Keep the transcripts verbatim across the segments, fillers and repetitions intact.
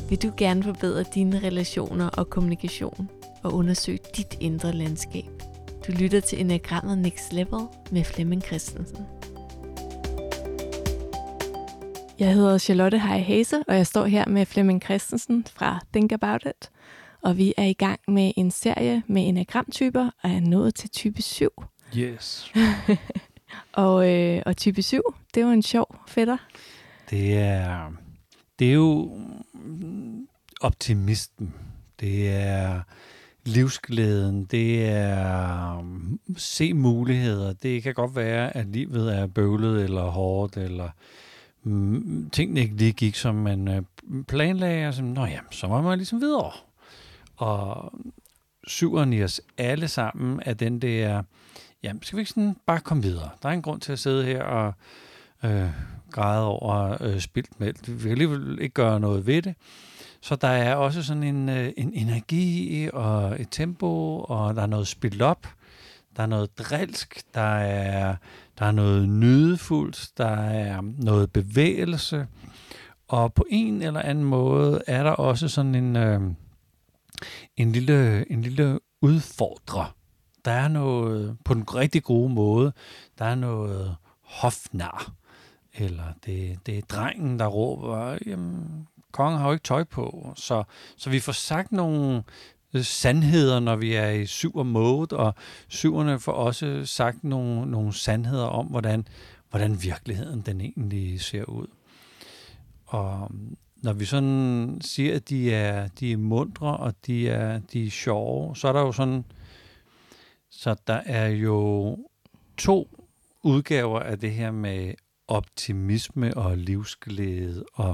Vil du gerne forbedre dine relationer og kommunikation og undersøge dit indre landskab? Du lytter til Enneagrammet Next Level med Flemming Christensen. Jeg hedder Charlotte Heyer Hase, og jeg står her med Flemming Christensen fra Think About It. Og vi er i gang med en serie med enneagramtyper, og er nået til type syv. Yes. og, øh, og type syv, det er jo en sjov fætter. Det er, det er jo optimisten. Det er livsglæden. Det er se muligheder. Det kan godt være, at livet er bøvlet eller hårdt, eller mm, tingene ikke lige gik, som man planlagde. Og så, Nå ja, så må man ligesom videre. Og syveren i os alle sammen er den der, jamen skal vi ikke sådan bare komme videre? Der er en grund til at sidde her og øh, græde over øh, spildt mælk. Vi kan alligevel ikke gøre noget ved det. Så der er også sådan en, øh, en energi og et tempo, og der er noget spildt op. Der er noget drilsk, der er, der er noget nydefuldt, der er noget bevægelse. Og på en eller anden måde er der også sådan en... Øh, En lille, en lille udfordrer. Der er noget, på den rigtig gode måde, der er noget hofnar. Eller det, det er drengen, der råber, jamen, kongen har jo ikke tøj på. Så, så vi får sagt nogle sandheder, når vi er i syver mode, og syverne får også sagt nogle, nogle sandheder om, hvordan, hvordan virkeligheden den egentlig ser ud. Og når vi sådan siger, at de er, de er mundre, og de er, de er sjove, så er der jo sådan, så der er jo to udgaver af det her med optimisme og livsglæde og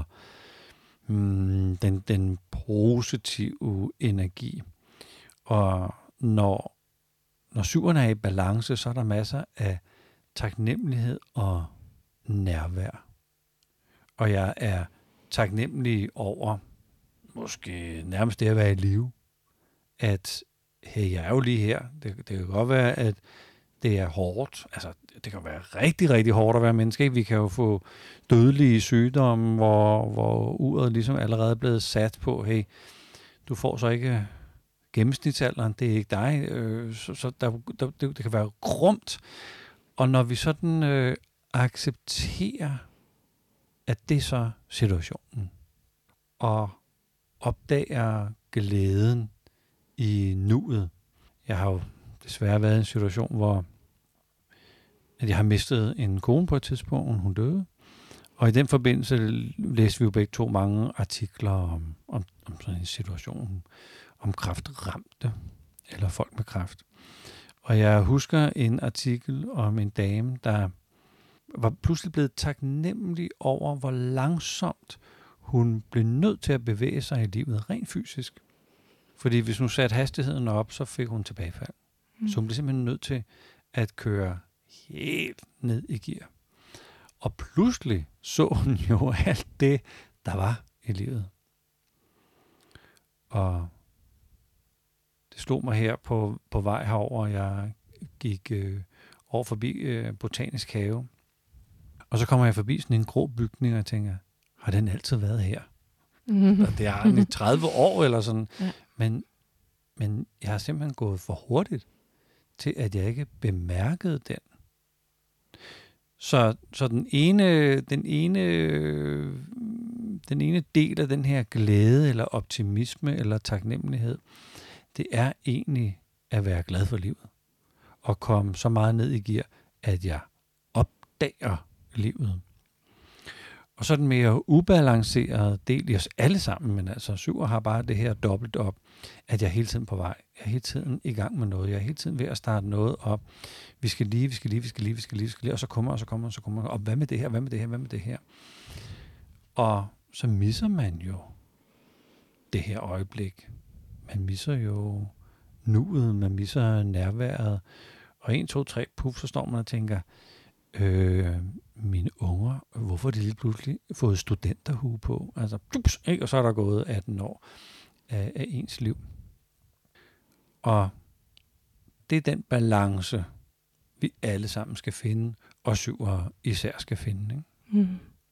mm, den, den positive energi. Og når, når syverne er i balance, så er der masser af taknemmelighed og nærvær. Og jeg er taknemmelig over, måske nærmest det at være i live, at hey, jeg er jo lige her. Det, det kan godt være, at det er hårdt. Altså, det kan være rigtig, rigtig hårdt at være menneske. Vi kan jo få dødelige sygdomme, hvor, hvor uret ligesom allerede er blevet sat på, hey, du får så ikke gennemsnitsalderen, det er ikke dig. Så, så der, der, det, det kan være grumt. Og når vi sådan øh, accepterer, at det er så situationen, og opdager glæden i nuet. Jeg har jo desværre været i en situation, hvor at jeg har mistet en kone på et tidspunkt, hun døde, og i den forbindelse læste vi jo begge to mange artikler om, om, om sådan en situation, om kræftramte, eller folk med kræft. Og jeg husker en artikel om en dame, der var pludselig blevet taknemmelig over, hvor langsomt hun blev nødt til at bevæge sig i livet, rent fysisk. Fordi hvis hun satte hastigheden op, så fik hun tilbagefald. Mm. Så hun blev simpelthen nødt til at køre helt ned i gear. Og pludselig så hun jo alt det, der var i livet. Og det slog mig her på, på vej herover. Jeg gik øh, over forbi øh, Botanisk Have. Og så kommer jeg forbi sådan en grå bygning, og jeg tænker, har den altid været her? Mm-hmm. Og det er den i tredive år eller sådan. Ja. Men, men jeg har simpelthen gået for hurtigt til, at jeg ikke bemærkede den. Så, så den ene, den ene, den ene del af den her glæde, eller optimisme, eller taknemmelighed, det er egentlig at være glad for livet. Og komme så meget ned i gear, at jeg opdager livet. Og så den mere ubalancerede del i os alle sammen, men altså syver har bare det her dobbelt op, at jeg er hele tiden på vej. Jeg er hele tiden i gang med noget. Jeg er hele tiden ved at starte noget op. Vi skal lige, vi skal lige, vi skal lige, vi skal lige, vi skal lige, og så kommer, og så kommer, og så kommer. Og hvad med det her, hvad med det her, hvad med det her? Og så misser man jo det her øjeblik. Man misser jo nuet, man misser nærværet. Og en, to, tre, puff, så står man og tænker, øh, mine unger, hvorfor har de lige pludselig fået studenterhue på? Altså, tups, ikke? Og så er der gået atten år af, af ens liv. Og det er den balance, vi alle sammen skal finde, og syvere især skal finde. Ikke? Mm.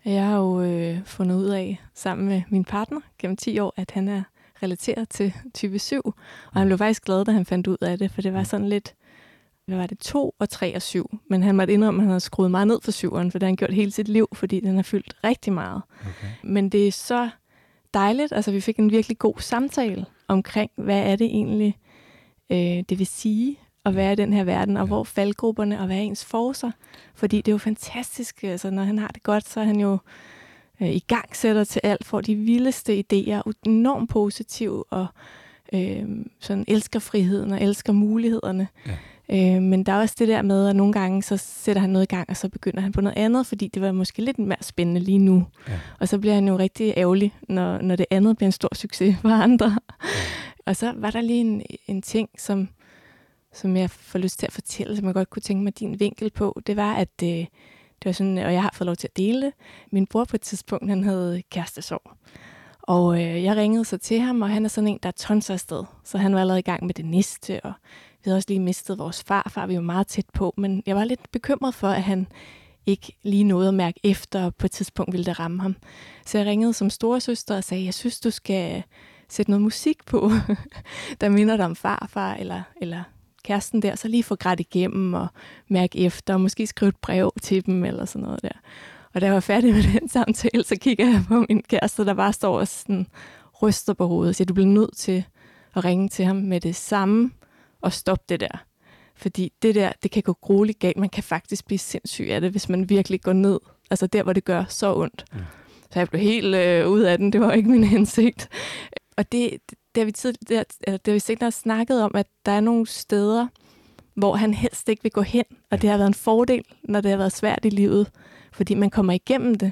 Jeg har jo øh, fundet ud af, sammen med min partner gennem ti år, at han er relateret til type syv. Og han blev faktisk glad, da han fandt ud af det, for det var sådan lidt, hvad var det, to og tre og syv. Men han måtte indrømme, at han havde skruet meget ned for syveren, for det har han gjort hele sit liv, fordi den har fyldt rigtig meget. Okay. Men det er så dejligt. Altså, vi fik en virkelig god samtale omkring, hvad er det egentlig, øh, det vil sige at være i den her verden, og ja. Hvor faldgrupperne, og hvad er ens forcer. Fordi det er jo fantastisk. Altså, når han har det godt, så er han jo øh, i gang sætter til alt, får de vildeste idéer, enormt positiv, og øh, sådan elsker friheden og elsker mulighederne. Ja. Øh, men der er også det der med, at nogle gange så sætter han noget i gang, og så begynder han på noget andet, fordi det var måske lidt mere spændende lige nu. Ja. Og så bliver han jo rigtig ærgerlig, når, når det andet bliver en stor succes for andre. Ja. Og så var der lige en, en ting, som, som jeg får lyst til at fortælle, som jeg godt kunne tænke mig din vinkel på. Det var, at øh, det var sådan, og jeg har fået lov til at dele det. Min bror på et tidspunkt, han havde kærestesorg. Og øh, jeg ringede så til ham, og han er sådan en, der tonser afsted. Så han var allerede i gang med det næste, og vi havde også lige mistet vores farfar, vi var meget tæt på. Men jeg var lidt bekymret for, at han ikke lige nåede at mærke efter, og på et tidspunkt ville det ramme ham. Så jeg ringede som storesøster og sagde, jeg synes, du skal sætte noget musik på, der minder dig om farfar, eller, eller kæresten der, så lige få grædt igennem og mærke efter, og måske skrive et brev til dem, eller sådan noget der. Og da jeg var færdig med den samtale, så kigger jeg på min kæreste, der bare står og sådan ryster på hovedet, og siger, du bliver nødt til at ringe til ham med det samme, og stoppe det der. Fordi det der, det kan gå grueligt galt. Man kan faktisk blive sindssyg af det, hvis man virkelig går ned. Altså der, hvor det gør så ondt. Mm. Så jeg blev helt øh, ud af den. Det var ikke min hensigt. Og det, det, det har vi tidligere, det har vi sikkert snakket om, at der er nogle steder, hvor han helst ikke vil gå hen. Og det har været en fordel, når det har været svært i livet. Fordi man kommer igennem det.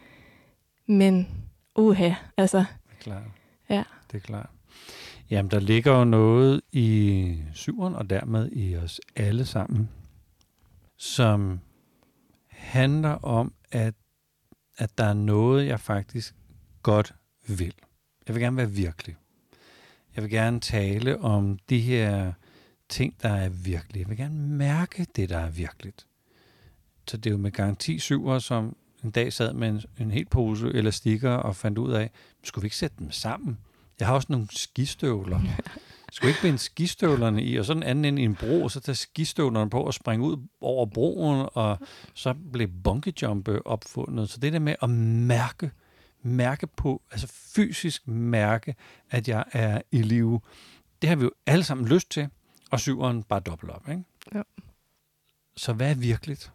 Men uha, altså. Det er klart. Ja. Det er klart. Jamen, der ligger jo noget i syveren, og dermed i os alle sammen, som handler om, at, at der er noget, jeg faktisk godt vil. Jeg vil gerne være virkelig. Jeg vil gerne tale om de her ting, der er virkelige. Jeg vil gerne mærke det, der er virkeligt. Så det er jo med garanti syver, som en dag sad med en, en hel pose elastikker og fandt ud af, skulle vi ikke sætte dem sammen? Jeg har også nogle skistøvler. Skulle ikke binde skistøvlerne i, og så den anden ind i en bro, og så tage skistøvlerne på og springe ud over broen, og så blev bungeejumpe opfundet. Så det der med at mærke, mærke på, altså fysisk mærke, at jeg er i live, det har vi jo alle sammen lyst til, og syveren bare dobbelt op, ikke? Ja. Så hvad er virkeligt?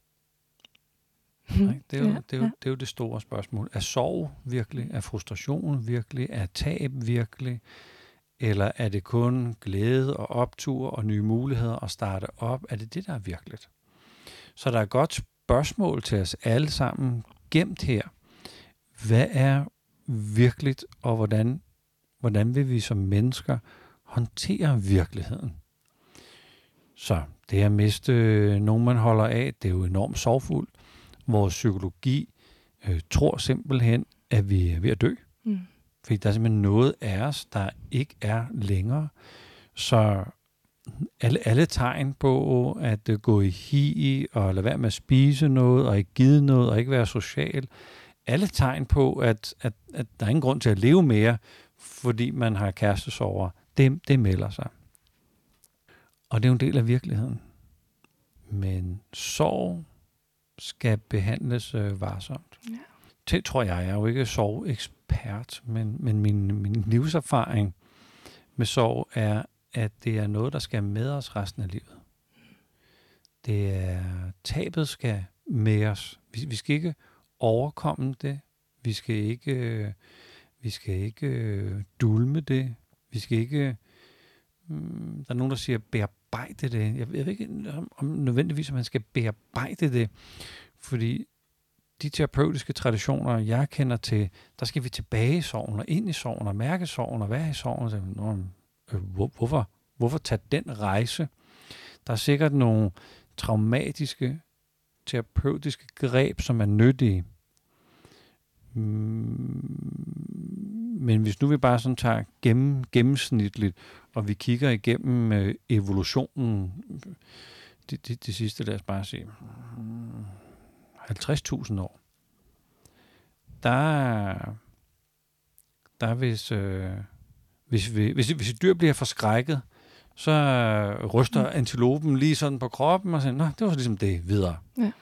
Det er, jo, ja, det, er jo, det er jo det store spørgsmål. Er sorg virkelig? Er frustration virkelig? Er tab virkelig? Eller er det kun glæde og optur og nye muligheder at starte op? Er det det, der er virkeligt? Så der er et godt spørgsmål til os alle sammen gemt her. Hvad er virkeligt, og hvordan, hvordan vil vi som mennesker håndtere virkeligheden? Så det at miste nogen, man holder af, det er jo enormt sorgfuldt. Vores psykologi øh, tror simpelthen, at vi er ved at dø. Mm. Fordi der er simpelthen noget af os, der ikke er længere. Så alle, alle tegn på at uh, gå i hi og lade være med at spise noget, og ikke give noget, og ikke være social. Alle tegn på, at, at, at der er ingen grund til at leve mere, fordi man har kærestesorger. Det, det melder sig. Og det er jo en del af virkeligheden. Men sorg skal behandles øh, varsomt. Ja. Det tror jeg, jeg er jo ikke sorgekspert, men, men min, min livserfaring med sorg er, at det er noget, der skal med os resten af livet. Det er, tabet skal med os. Vi, vi skal ikke overkomme det. Vi skal ikke, øh, vi skal ikke øh, dulme det. Vi skal ikke, mm, der er nogen, der siger, bearbejde det. Jeg, jeg ved ikke om, om nødvendigvis, at man skal bearbejde det, fordi de terapeutiske traditioner, jeg kender til, der skal vi tilbage i sorgen, og ind i sorgen, og mærke sorgen, og være i sorgen. Så, Nå, øh, hvor, hvorfor, hvorfor tage den rejse? Der er sikkert nogle traumatiske, terapeutiske greb, som er nyttige. Men hvis nu vi bare sådan tager gennem, gennemsnitligt, og vi kigger igennem øh, evolutionen, det, det, det sidste, lad os bare se, halvtreds tusind år, der, der hvis, øh, hvis, vi, hvis, hvis et dyr bliver forskrækket, så ryster mm. antilopen lige sådan på kroppen og siger, nå, det var så ligesom det videre. Ja.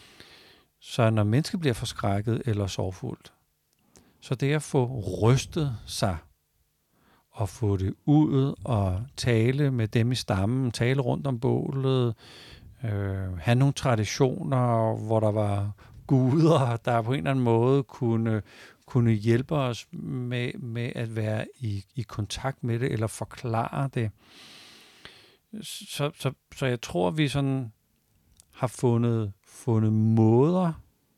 Så når mennesker bliver forskrækket eller sorgfuldt, så det at få rystet sig og få det ud og tale med dem i stammen, tale rundt om bålet, øh, have nogle traditioner, hvor der var guder, der på en eller anden måde kunne, kunne hjælpe os med, med at være i, i kontakt med det eller forklare det. Så, så, så jeg tror, vi sådan har fundet, fundet måder,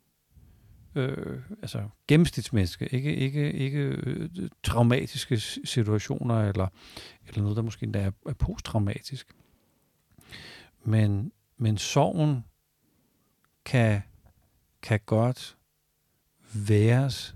øh, altså gennemsnitsmenneske, ikke, ikke, ikke øh, traumatiske situationer, eller, eller noget, der måske endda er, er posttraumatisk. Men, men sorgen kan, kan godt væres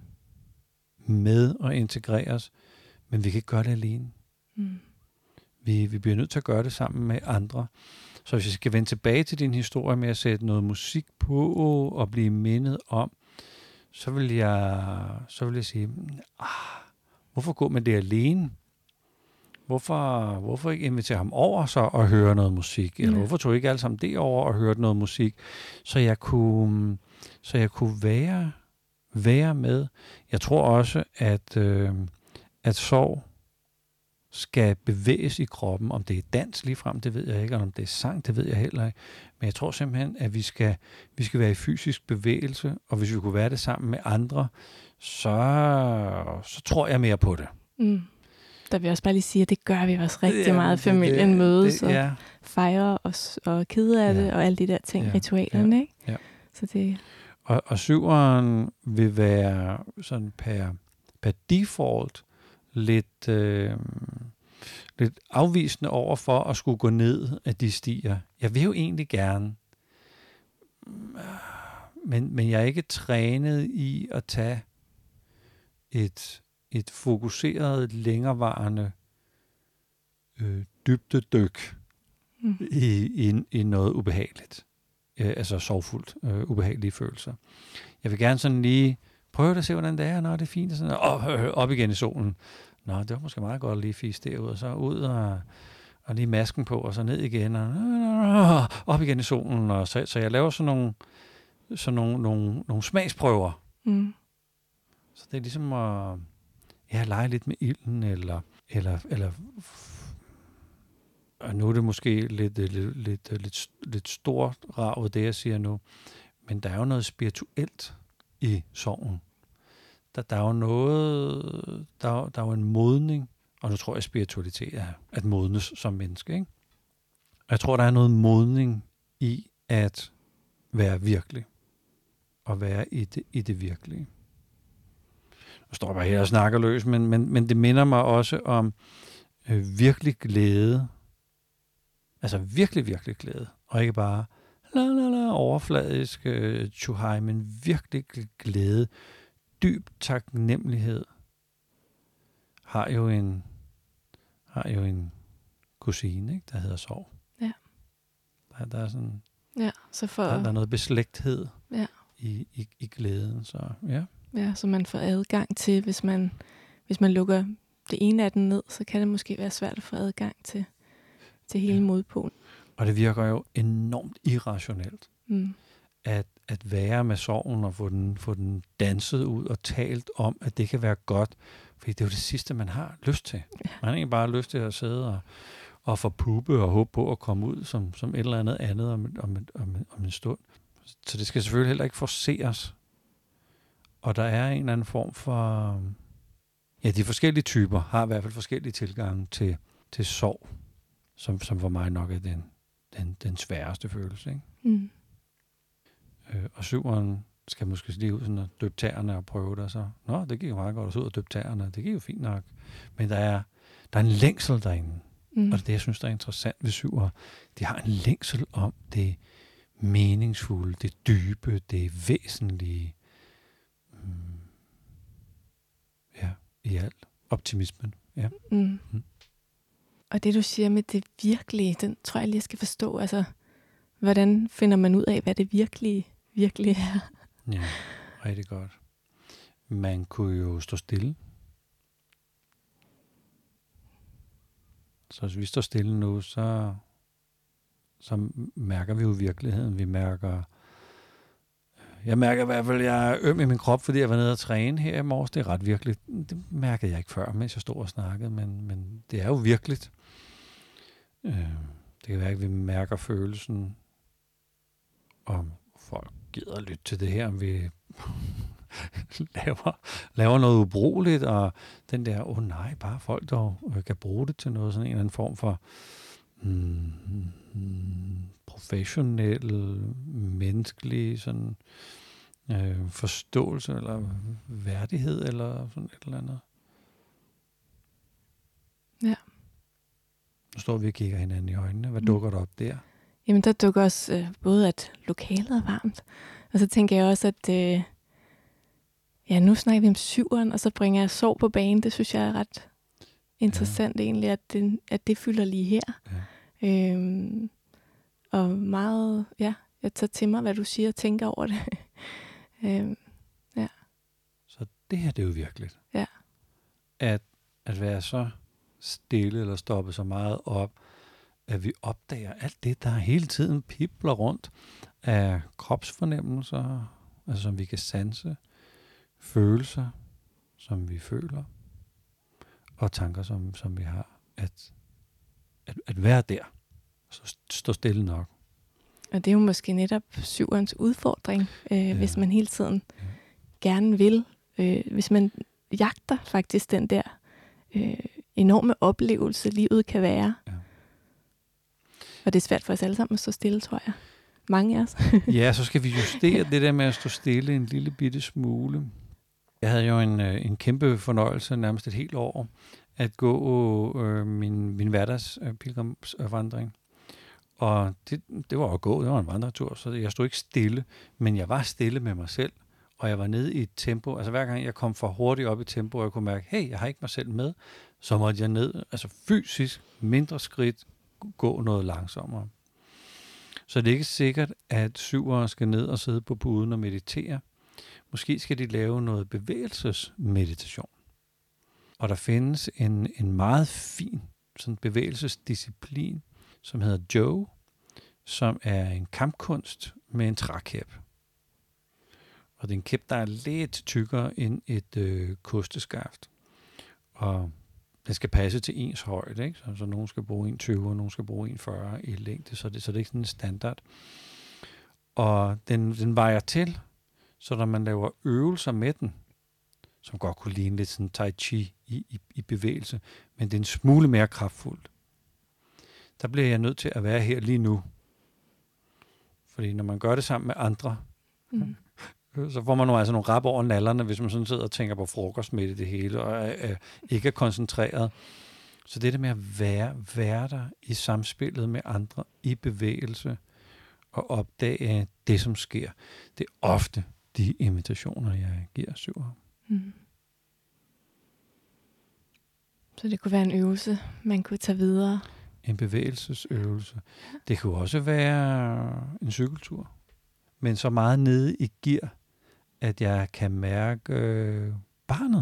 med og integreres, men vi kan ikke gøre det alene. Mm. Vi, vi bliver nødt til at gøre det sammen med andre. Så hvis jeg skal vende tilbage til din historie med at sætte noget musik på og blive mindet om, så vil jeg, så vil jeg sige, ah, hvorfor gå med det alene? Hvorfor, hvorfor ikke invitere ham over så og høre noget musik? Eller ja. Hvorfor tog I ikke alle sammen det over og hørte noget musik? Så jeg kunne, så jeg kunne være, være med. Jeg tror også, at, øh, at sorg skal bevæges i kroppen. Om det er dans ligefrem, det ved jeg ikke, og om det er sang, det ved jeg heller ikke. Men jeg tror simpelthen, at vi skal, vi skal være i fysisk bevægelse, og hvis vi kunne være det sammen med andre, så, så tror jeg mere på det. Mm. Der vil jeg også bare lige sige, at det gør vi også rigtig ja, meget. Familien det, mødes det, ja. og fejrer os og kede af ja. det, og alle de der ting, ja. ritualerne. Ja. Ikke? Ja. Så det... og, og syveren vil være sådan per, per default lidt, øh, lidt afvisende over for at skulle gå ned af de stier. Jeg vil jo egentlig gerne, men, men jeg er ikke trænet i at tage et, et fokuseret, længerevarende øh, dybdedyk mm. i, i, i noget ubehageligt. Øh, altså sorgfuldt, øh, ubehagelige følelser. Jeg vil gerne sådan lige prøve det at se, hvordan det er. Nå, det er fint. Og sådan, op, øh, op igen i solen. Nå, det var måske meget godt at lige fise derud, og så ud og, og lige masken på, og så ned igen, og øh, op igen i solen. Og så, så jeg laver sådan nogle, sådan nogle, nogle, nogle smagsprøver. Mm. Så det er ligesom at ja, lege lidt med ilden, eller, eller, eller og nu er det måske lidt, lidt, lidt, lidt, lidt stort ravet, det jeg siger nu, men der er jo noget spirituelt i sorgen. Der, der er jo noget, der, der er jo en modning, og nu tror jeg, at spiritualitet er at modnes som menneske, ikke? Og jeg tror, der er noget modning i at være virkelig, og være i det, i det virkelige. Nu står jeg bare her og snakker løs, men, men, men det minder mig også om øh, virkelig glæde, altså virkelig, virkelig glæde, og ikke bare la, la, la, overfladisk øh, tjuhaj, men virkelig glæde, dyb taknemmelighed, har jo en har jo en kusine, ikke, der hedder sorg. Ja. Der, der er sådan, ja, så for der, der er noget beslægthed ja. i, i, i glæden, så ja. Ja, så man får adgang til, hvis man hvis man lukker det ene af den ned, så kan det måske være svært at få adgang til til hele ja. modpolen. Og det virker jo enormt irrationelt. Mm. At, at være med sorgen og få den, få den danset ud og talt om, at det kan være godt. Fordi det er jo det sidste, man har lyst til. Ja. Man har ikke bare lyst til at sidde og, og forpuppe og håbe på at komme ud som, som et eller andet andet om, om, om, om en stund. Så det skal selvfølgelig heller ikke forceres. Og der er en eller anden form for... Ja, de forskellige typer har i hvert fald forskellige tilgange til, til sorg, som, som for mig nok er den, den, den sværeste følelse, ikke? Mm. Øh, og syveren skal måske lige ud sådan og døbe tæerne og prøve det, og så, nå, det gik jo meget godt at så ud og døbe tæerne, det gik jo fint nok. Men der er, der er en længsel derinde, mm. og det, jeg synes, der er interessant ved syver, de har en længsel om det meningsfulde, det dybe, det væsentlige, mm, ja, i alt. Optimismen, ja. Mm. Mm. Og det, du siger med det virkelige, den tror jeg lige, jeg skal forstå, altså, hvordan finder man ud af, hvad det virkelige virkelig er? Ja, rigtig godt. Man kunne jo stå stille. Så hvis vi står stille nu, så, så mærker vi jo virkeligheden. Vi mærker, jeg mærker i hvert fald, at jeg er øm i min krop, fordi jeg var nede og træne her i morges. Det er ret virkeligt. Det mærkede jeg ikke før, mens jeg stod og snakkede, men, men det er jo virkeligt. Øh, det kan være, at vi mærker følelsen, om folk gider lytte til det her, om vi laver, laver noget ubrugeligt, og den der, åh oh nej, bare folk, der kan bruge det til noget, sådan en eller anden form for mm, mm, professionel, menneskelig sådan, øh, forståelse, eller værdighed, eller sådan et eller andet. Ja. Nu står vi og kigger hinanden i øjnene. Hvad dukker der op der? Jamen, der dukker også øh, både, at lokalet er varmt, og så tænker jeg også, at øh, ja, nu snakker vi om syveren, og så bringer jeg sorg på banen. Det synes jeg er ret interessant ja. egentlig, at det, at det fylder lige her. Ja. Øhm, og meget, ja, jeg tager til mig, hvad du siger, og tænker over det. øhm, ja. Så det her, det er jo virkeligt. Ja. At, at være så stille, eller stoppe så meget op, at vi opdager alt det, der hele tiden pibler rundt af kropsfornemmelser, altså som vi kan sanse, følelser, som vi føler, og tanker, som, som vi har, at, at, at være der, så stå stille nok. Og det er jo måske netop syverens udfordring, øh, ja. hvis man hele tiden ja. gerne vil, øh, hvis man jagter faktisk den der øh, enorme oplevelse, livet kan være. Ja. Og det er svært for os alle sammen at stå stille, tror jeg. Mange af os. Ja, så skal vi justere det der med at stå stille en lille bitte smule. Jeg havde jo en, en kæmpe fornøjelse, nærmest et helt år, at gå øh, min, min hverdags øh, pilgrimsvandring. Og det, det var at gå, det var en vandretur, så jeg stod ikke stille, men jeg var stille med mig selv, og jeg var nede i et tempo. Altså hver gang jeg kom for hurtigt op i tempo, og jeg kunne mærke, hey, jeg har ikke mig selv med, så måtte jeg ned, altså fysisk, mindre skridt, gå noget langsommere. Så det er ikke sikkert, at syvere skal ned og sidde på puden og meditere. Måske skal de lave noget bevægelsesmeditation. Og der findes en, en meget fin sådan bevægelsesdisciplin, som hedder Joe, som er en kampkunst med en trækæp. Og det er en kæp, der er lidt tykkere end et øh, kosteskaft. Og den skal passe til ens højde, ikke? Så, så nogen skal bruge en tyve, og nogen skal bruge en fyrre i længde, så det, så det er ikke sådan en standard. Og den, den vejer til, så når man laver øvelser med den, som godt kunne ligne lidt sådan tai chi i, i, i bevægelse, men det er en smule mere kraftfuldt. Der bliver jeg nødt til at være her lige nu. Fordi når man gør det sammen med andre, mm. så får man nu altså nogle rap over nallerne, hvis man sådan sidder og tænker på frokost midt i det hele, og er, er, ikke er koncentreret. Så det der med at være, være der i samspillet med andre, i bevægelse, og opdage det, som sker, det er ofte de invitationer, jeg giver syvere. Mm. Så det kunne være en øvelse, man kunne tage videre. En bevægelsesøvelse. Det kunne også være en cykeltur, men så meget nede i gear, at jeg kan mærke øh, barnet.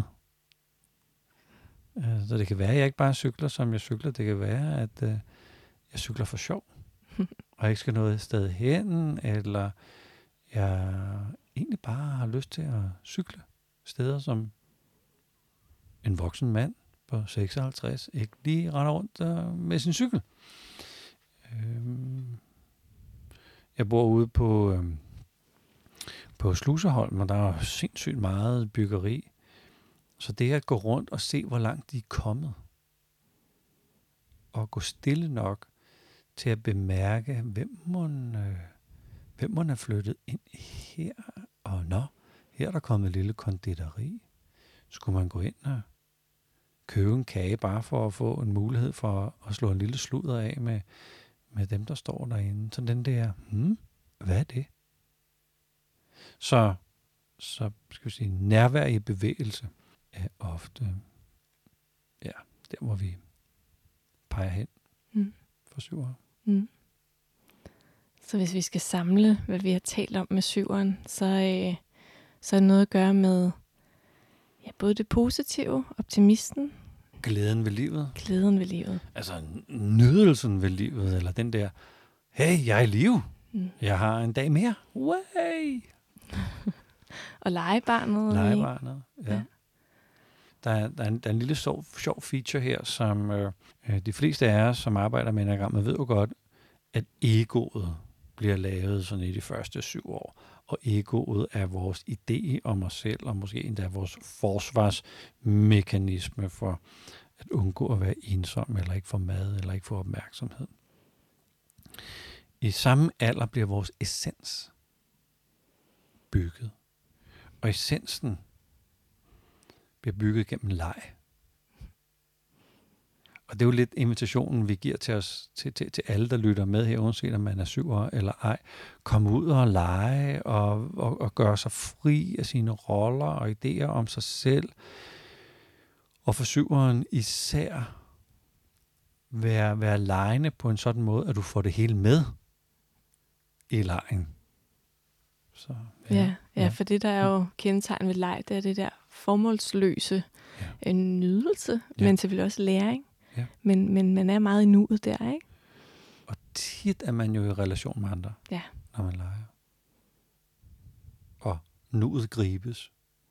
Øh, så det kan være, at jeg ikke bare cykler, som jeg cykler. Det kan være, at øh, jeg cykler for sjov, og jeg ikke skal noget sted hen, eller jeg egentlig bare har lyst til at cykle steder, som en voksen mand på seksoghalvtreds ikke lige render rundt øh, med sin cykel. Øh, jeg bor ude på øh, på Sluseholm, og der er sindssygt meget byggeri. Så det at gå rundt og se, hvor langt de er kommet, og gå stille nok til at bemærke, hvem man, øh, hvem man er flyttet ind her, og nå, her er der kommet et lille konditori. Skulle man gå ind og købe en kage, bare for at få en mulighed for at slå en lille sludder af med, med dem, der står derinde. Så den der, hmm, hvad er det? Så, så skal vi sige, nærvær i bevægelse er ofte, ja, der hvor vi peger hen mm. for syveren. Mm. Så hvis vi skal samle, hvad vi har talt om med syveren, så, øh, så er det noget at gøre med Ja, både det positive, optimisten. Glæden ved livet. Glæden ved livet. Altså nydelsen ved livet, eller den der, hey, jeg er i live. Mm. Jeg har en dag mere. Way! Og legebarnet. Legebarnet, ja. ja. Der er, der, er en, der er en lille sjov, sjov feature her, som øh, de fleste af os, som arbejder med enagrammet, ved jo godt, at egoet bliver lavet sådan i de første syv år. Og egoet er vores idé om os selv, og måske endda vores forsvarsmekanisme for at undgå at være ensom, eller ikke få mad, eller ikke få opmærksomhed. I samme alder bliver vores essens bygget. Og essensen bliver bygget gennem leg. Og det er jo lidt invitationen, vi giver til os, til, til, til alle, der lytter med her, uanset om man er syv år eller ej. Kom ud og lege og, og, og gøre sig fri af sine roller og idéer om sig selv. Og for syveren især være, være legende på en sådan måde, at du får det hele med i legen. Så, ja, ja, ja, for det der er jo kendetegn ved leg, det er det der formålsløse ja. en nydelse, ja. men selvfølgelig også læring. Ja. Men, men man er meget i nuet der, ikke? Og tit er man jo i relation med andre, ja. når man leger. Og nuet gribes.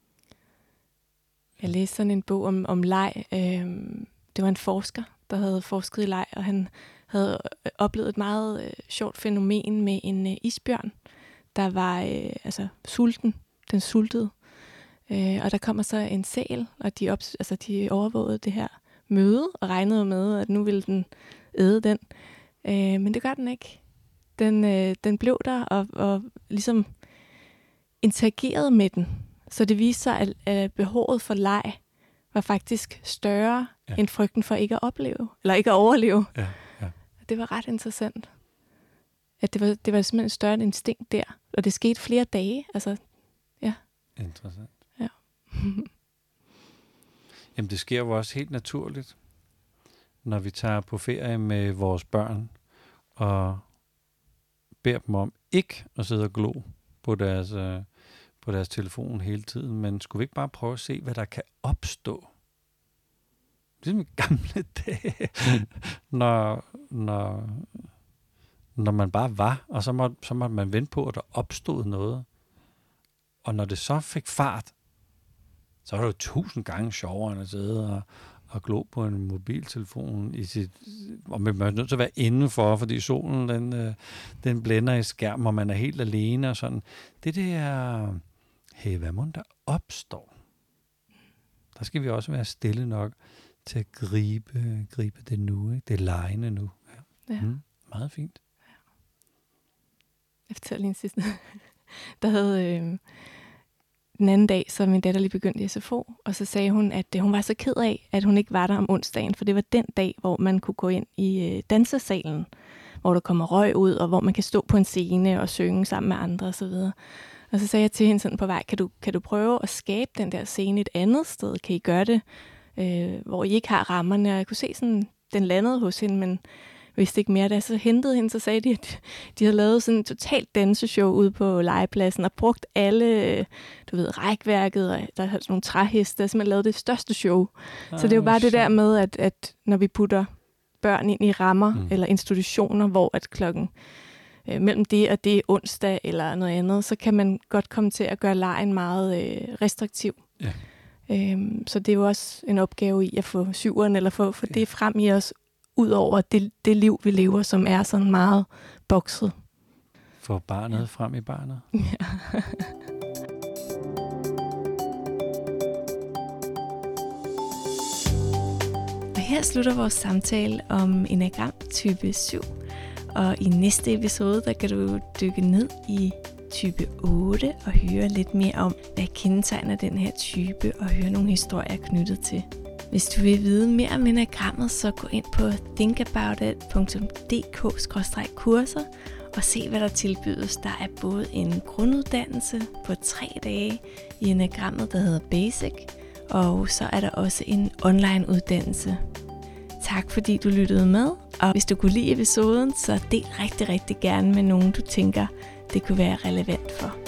Jeg læste sådan en bog om, om leg. Øhm, det var en forsker, der havde forsket i leg, og han havde oplevet et meget øh, sjovt fænomen med en øh, isbjørn, der var øh, altså sulten. Den sultede. Øh, og der kommer så en sæl, og de, op, altså, de overvågede det her møde, og regnede med, at nu ville den æde den. Øh, men det gør den ikke. Den, øh, den blev der, og, og ligesom interagerede med den. Så det viste sig, at, at behovet for leg var faktisk større ja. end frygten for ikke at opleve, eller ikke at overleve. Ja, ja. Det var ret interessant. At det var, det var simpelthen et større instinkt der. Og det skete flere dage. Altså, ja. Interessant. Ja. Jamen, det sker jo også helt naturligt, når vi tager på ferie med vores børn, og beder dem om ikke at sidde og glo på deres, øh, på deres telefon hele tiden, men skulle vi ikke bare prøve at se, hvad der kan opstå? Ligesom i gamle dage, når, når, når man bare var, og så måtte, så måtte man vente på, at der opstod noget. Og når det så fik fart, så var det jo tusind gange sjovere end at sidde og, og glo på en mobiltelefon i sit, og man er nødt til at være indenfor, fordi solen den, den blænder i skærmen, og man er helt alene og sådan. Det der, hey, hvad må der opstår? Der skal vi også være stille nok til at gribe, gribe det nu, ikke? Det er legende nu. Ja. Ja. Mm, meget fint. Ja. Jeg fortæller lige en sidste. Der havde øh, den anden dag, så min datter lige begyndte i S F O, og så sagde hun, at øh, hun var så ked af, at hun ikke var der om onsdagen, for det var den dag, hvor man kunne gå ind i øh, dansesalen, hvor der kommer røg ud, og hvor man kan stå på en scene og synge sammen med andre osv. Og, og så sagde jeg til hende sådan på vej, kan du, kan du prøve at skabe den der scene et andet sted? Kan I gøre det, øh, hvor I ikke har rammerne? Og jeg kunne se sådan, den landede hos hende, men vidste ikke mere. Da jeg så hentede hende, så sagde de, at de havde lavet sådan et totalt danseshow ude på legepladsen, og brugt alle, du ved, rækværket, og der er sådan nogle træheste, der simpelthen lavet det største show. Ah, så det er jo bare det der med, at, at når vi putter børn ind i rammer, mm. eller institutioner, hvor at klokken øh, mellem det og det onsdag, eller noget andet, så kan man godt komme til at gøre legen meget øh, restriktiv. Ja. Øhm, så det er jo også en opgave i at få syveren, eller få, få ja. det frem i os, ud over det, det liv, vi lever, som er sådan meget bokset. Få barnet ja. frem i barnet. Ja. Og her slutter vores samtale om enagram type syv. Og i næste episode, der kan du dykke ned i type otte og høre lidt mere om, hvad kendetegner den her type, og høre nogle historier knyttet til. Hvis du vil vide mere om enagrammet, så gå ind på thinkaboutit punktum d k skråstreg kurser og se, hvad der tilbydes. Der er både en grunduddannelse på tre dage i enagrammet, der hedder Basic, og så er der også en online uddannelse. Tak fordi du lyttede med, og hvis du kunne lide episoden, så del rigtig, rigtig gerne med nogen, du tænker, det kunne være relevant for.